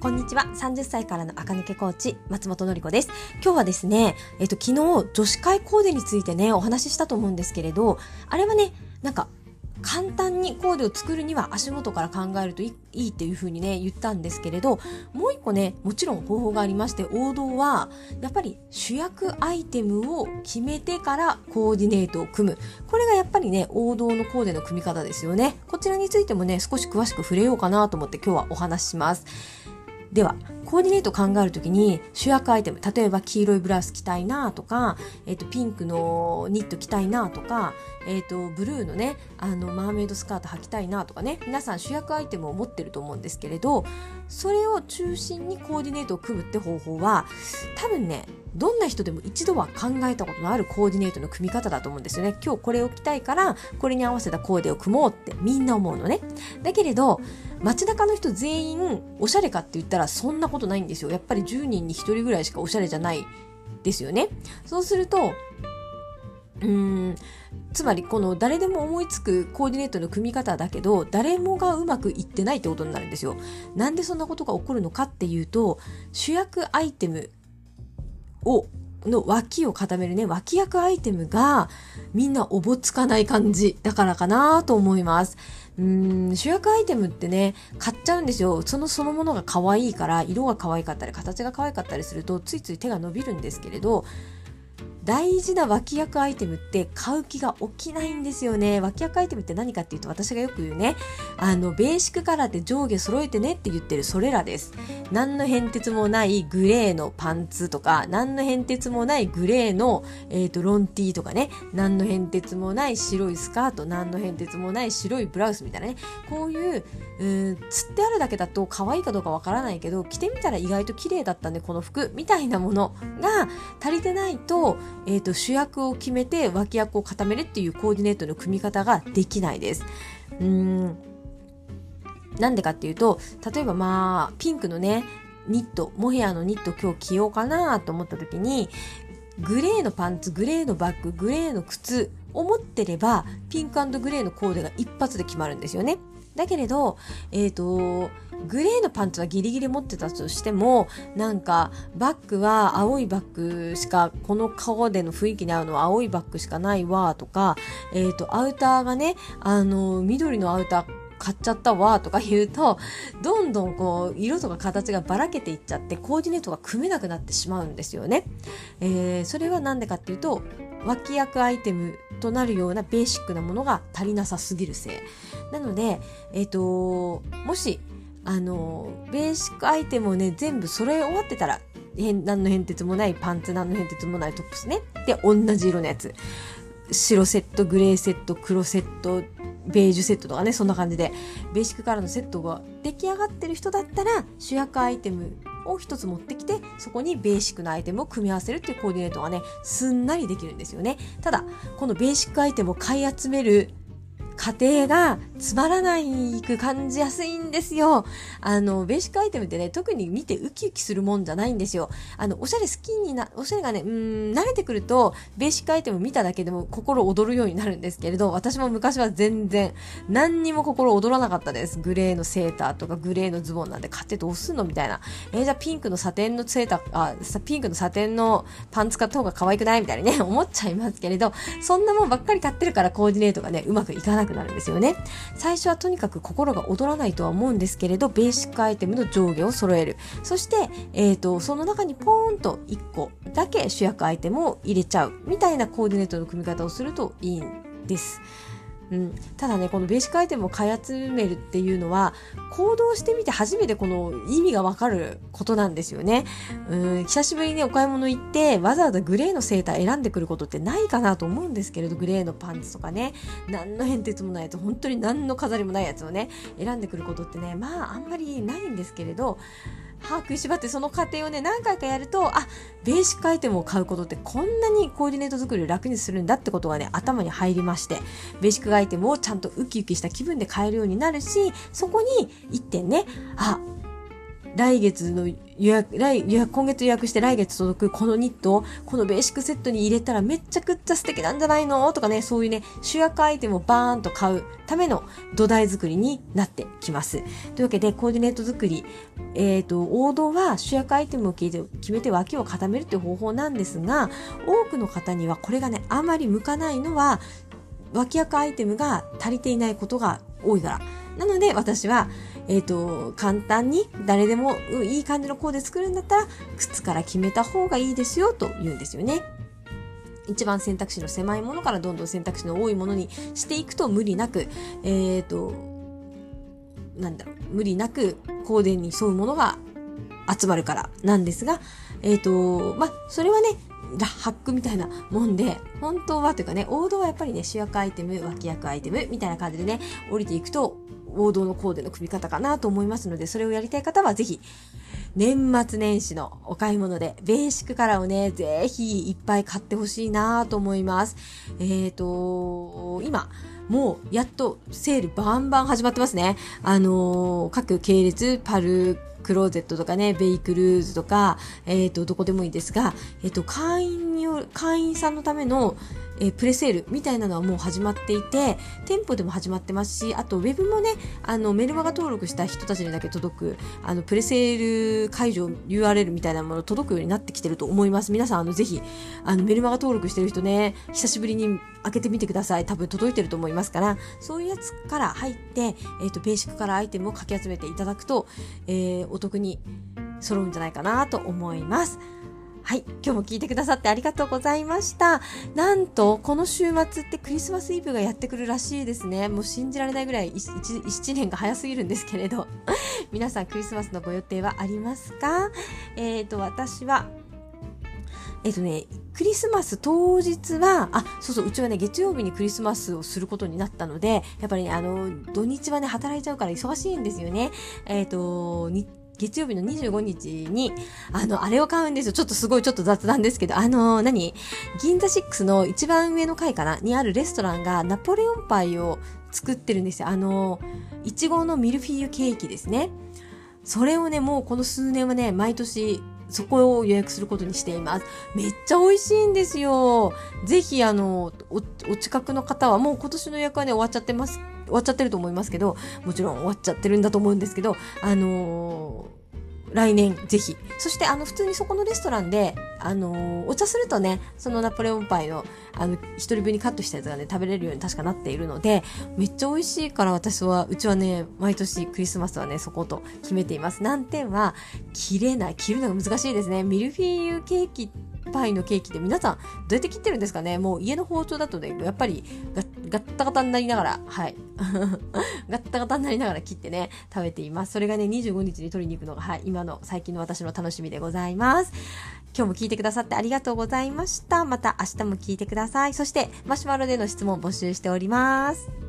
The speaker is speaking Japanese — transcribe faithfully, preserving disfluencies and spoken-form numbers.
こんにちは。さんじゅっさいからの赤抜けコーチ、松本のり子です。今日はですね、えっと、昨日、女子会コーデについてね、お話ししたと思うんですけれど、あれはね、なんか、簡単にコーデを作るには足元から考えるといいっていう風にね、言ったんですけれど、もう一個ね、もちろん方法がありまして、王道は、やっぱり主役アイテムを決めてからコーディネートを組む。これがやっぱりね、王道のコーデの組み方ですよね。こちらについてもね、少し詳しく触れようかなと思って今日はお話しします。では、コーディネートを考えるときに主役アイテム、例えば黄色いブラウス着たいなとか、えっと、ピンクのニット着たいなとか、えっと、ブルーのね、あの、マーメイドスカート履きたいなとかね、皆さん主役アイテムを持ってると思うんですけれど、それを中心にコーディネートを組むって方法は、多分ね、どんな人でも一度は考えたことのあるコーディネートの組み方だと思うんですよね。今日これを着たいから、これに合わせたコーデを組もうってみんな思うのね。だけれど、街中の人全員おしゃれかって言ったらそんなことないんですよ。やっぱりじゅうにんにひとりぐらいしかおしゃれじゃないですよね。そうすると、うーん、つまりこの誰でも思いつくコーディネートの組み方だけど、誰もがうまくいってないってことになるんですよ。なんでそんなことが起こるのかっていうと、主役アイテムをの脇を固めるね、脇役アイテムがみんなおぼつかない感じだからかなと思います。うーん主役アイテムってね、買っちゃうんですよ。そのそのものが可愛いから、色が可愛かったり形が可愛かったりするとついつい手が伸びるんですけれど、大事な脇役アイテムって買う気が起きないんですよね。脇役アイテムって何かっていうと、私がよく言うね、あのベーシックカラーで上下揃えてねって言ってるそれらです。何の変哲もないグレーのパンツとか、何の変哲もないグレーの、えーと、ロンティーとかね、何の変哲もない白いスカート、何の変哲もない白いブラウスみたいなね、こういう、うーんつってあるだけだと可愛いかどうかわからないけど、着てみたら意外と綺麗だったねこの服みたいなものが足りてないと、えーと、主役を決めて脇役を固めるっていうコーディネートの組み方ができないです。うーんなんでかっていうと、例えばまあピンクのねニット、モヘアのニット今日着ようかなと思った時に、グレーのパンツ、グレーのバッグ、グレーの靴を持ってればピンク&グレーのコーデが一発で決まるんですよね。だけれど、えっと、グレーのパンツはギリギリ持ってたとしても、なんかバッグは青いバッグしか、この顔での雰囲気に合うのは青いバッグしかないわとか、えっと、アウターがね、あの、緑のアウター買っちゃったわとか言うと、どんどんこう色とか形がばらけていっちゃってコーディネートが組めなくなってしまうんですよね。えー、それはなんでかっていうと、脇役アイテムとなるようなベーシックなものが足りなさすぎるせいなので、えっともしあのベーシックアイテムをね全部揃え終わってたら、変何の変哲もないパンツ、何の変哲もないトップスね、で同じ色のやつ、白セット、グレーセット、黒セット、ベージュセットとかね、そんな感じでベーシックカラーのセットが出来上がってる人だったら、主役アイテムを一つ持ってきて、そこにベーシックなアイテムを組み合わせるっていうコーディネートがね、すんなりできるんですよね。ただこのベーシックアイテムを買い集める過程がつまらないく感じやすいんですよ。あのベーシックアイテムってね、特に見てウキウキするもんじゃないんですよ。あのおしゃれ好きにな、おしゃれがね、うーん慣れてくるとベーシックアイテム見ただけでも心躍るようになるんですけれど、私も昔は全然何にも心躍らなかったです。グレーのセーターとかグレーのズボンなんで買ってどうすんのみたいな。えー、じゃあピンクのサテンのセーター、あピンクのサテンのパンツ買った方が可愛くないみたいにね思っちゃいますけれど、そんなもんばっかり買ってるからコーディネートがねうまくいかないなくなるんですよね。最初はとにかく心が躍らないとは思うんですけれど、ベーシックアイテムの上下を揃える。そして、えーと、その中にポーンといっこだけ主役アイテムを入れちゃうみたいなコーディネートの組み方をするといいんです。うん、ただね、このベーシックアイテムを買い集めるっていうのは行動してみて初めてこの意味がわかることなんですよね。うん、久しぶりにお買い物行ってわざわざグレーのセーター選んでくることってないかなと思うんですけれど、グレーのパンツとかね、何の変哲もないやつ、本当に何の飾りもないやつをね選んでくることってね、まああんまりないんですけれど、歯食いしばってその過程をね何回かやると、あ、ベーシックアイテムを買うことってこんなにコーディネート作りを楽にするんだってことがね頭に入りまして、ベーシックアイテムをちゃんとウキウキした気分で買えるようになるし、そこに一点ね、あ、 来月の予約、来、予約、今月予約して来月届くこのニット、このベーシックセットに入れたらめっちゃくっちゃ素敵なんじゃないのとかね、そういうね、主役アイテムをバーンと買うための土台作りになってきます。というわけで、コーディネート作り、えっと、王道は主役アイテムを決めて、決めて脇を固めるという方法なんですが、多くの方にはこれがね、あまり向かないのは、脇役アイテムが足りていないことが多いから。なので私は、えっと、簡単に誰でもいい感じのコーデ作るんだったら、靴から決めた方がいいですよと言うんですよね。一番選択肢の狭いものからどんどん選択肢の多いものにしていくと無理なく、えっと、なんだろう、無理なくコーデに沿うものが集まるからなんですが、えっと、まあ、それはね、ハックみたいなもんで、本当はというかね、王道はやっぱりね、主役アイテム、脇役アイテムみたいな感じでね、降りていくと、王道のコーデの組み方かなと思いますので、それをやりたい方はぜひ、年末年始のお買い物で、ベーシックカラーをね、ぜひいっぱい買ってほしいなと思います。えっと、今、もうやっとセールバンバン始まってますね。あのー、各系列、パル、クローゼットとかね、ベイクルーズとか、えっと、どこでもいいですが、えっと、会員による、会員さんのための、えー、プレセールみたいなのはもう始まっていて、店舗でも始まってますし、あとウェブもね、あのメルマガ登録した人たちにだけ届く、あのプレセール会場 ユーアールエル みたいなもの届くようになってきてると思います。皆さん、あのぜひ、あのメルマガ登録してる人ね、久しぶりに開けてみてください。多分届いてると思いますから、そういうやつから入って、えっと、ベーシックカラーアイテムをかき集めていただくと、えー、お得に揃うんじゃないかなと思います。はい。今日も聞いてくださってありがとうございました。なんと、この週末ってクリスマスイブがやってくるらしいですね。もう信じられないぐらいいちねんが早すぎるんですけれど。皆さんクリスマスのご予定はありますか？えっと、私は、えっとね、クリスマス当日は、あ、そうそう、うちはね、月曜日にクリスマスをすることになったので、やっぱりね、あの、土日はね、働いちゃうから忙しいんですよね。えっと、日月曜日のにじゅうごにちに、あの、あれを買うんですよ。ちょっとすごいちょっと雑談ですけど、あの、何銀座シックスの一番上の階かなにあるレストランがナポレオンパイを作ってるんですよ。あの、いちごのミルフィーユケーキですね。それをね、もうこの数年はね、毎年、そこを予約することにしています。めっちゃ美味しいんですよ。ぜひ、あの、お、お近くの方は、もう今年の予約はね、終わっちゃってます。終わっちゃってると思いますけど、もちろん終わっちゃってるんだと思うんですけど、あのー、来年ぜひ。そしてあの普通にそこのレストランで、あのー、お茶するとね、そのナポレオンパイのあの一人分にカットしたやつがね、食べれるように確かなっているので、めっちゃ美味しいから私は、うちはね、毎年クリスマスはね、そこと決めています。難点は、切れない。切るのが難しいですね。ミルフィーユケーキパイのケーキで皆さんどうやって切ってるんですかね。もう家の包丁だとね、やっぱりガッガッタガタになりながら、はい。ガッタガタになりながら切ってね、食べています。それがね、にじゅうごにちに取りに行くのが、はい、今の最近の私の楽しみでございます。今日も聞いてくださってありがとうございました。また明日も聞いてください。そして、マシュマロでの質問募集しております。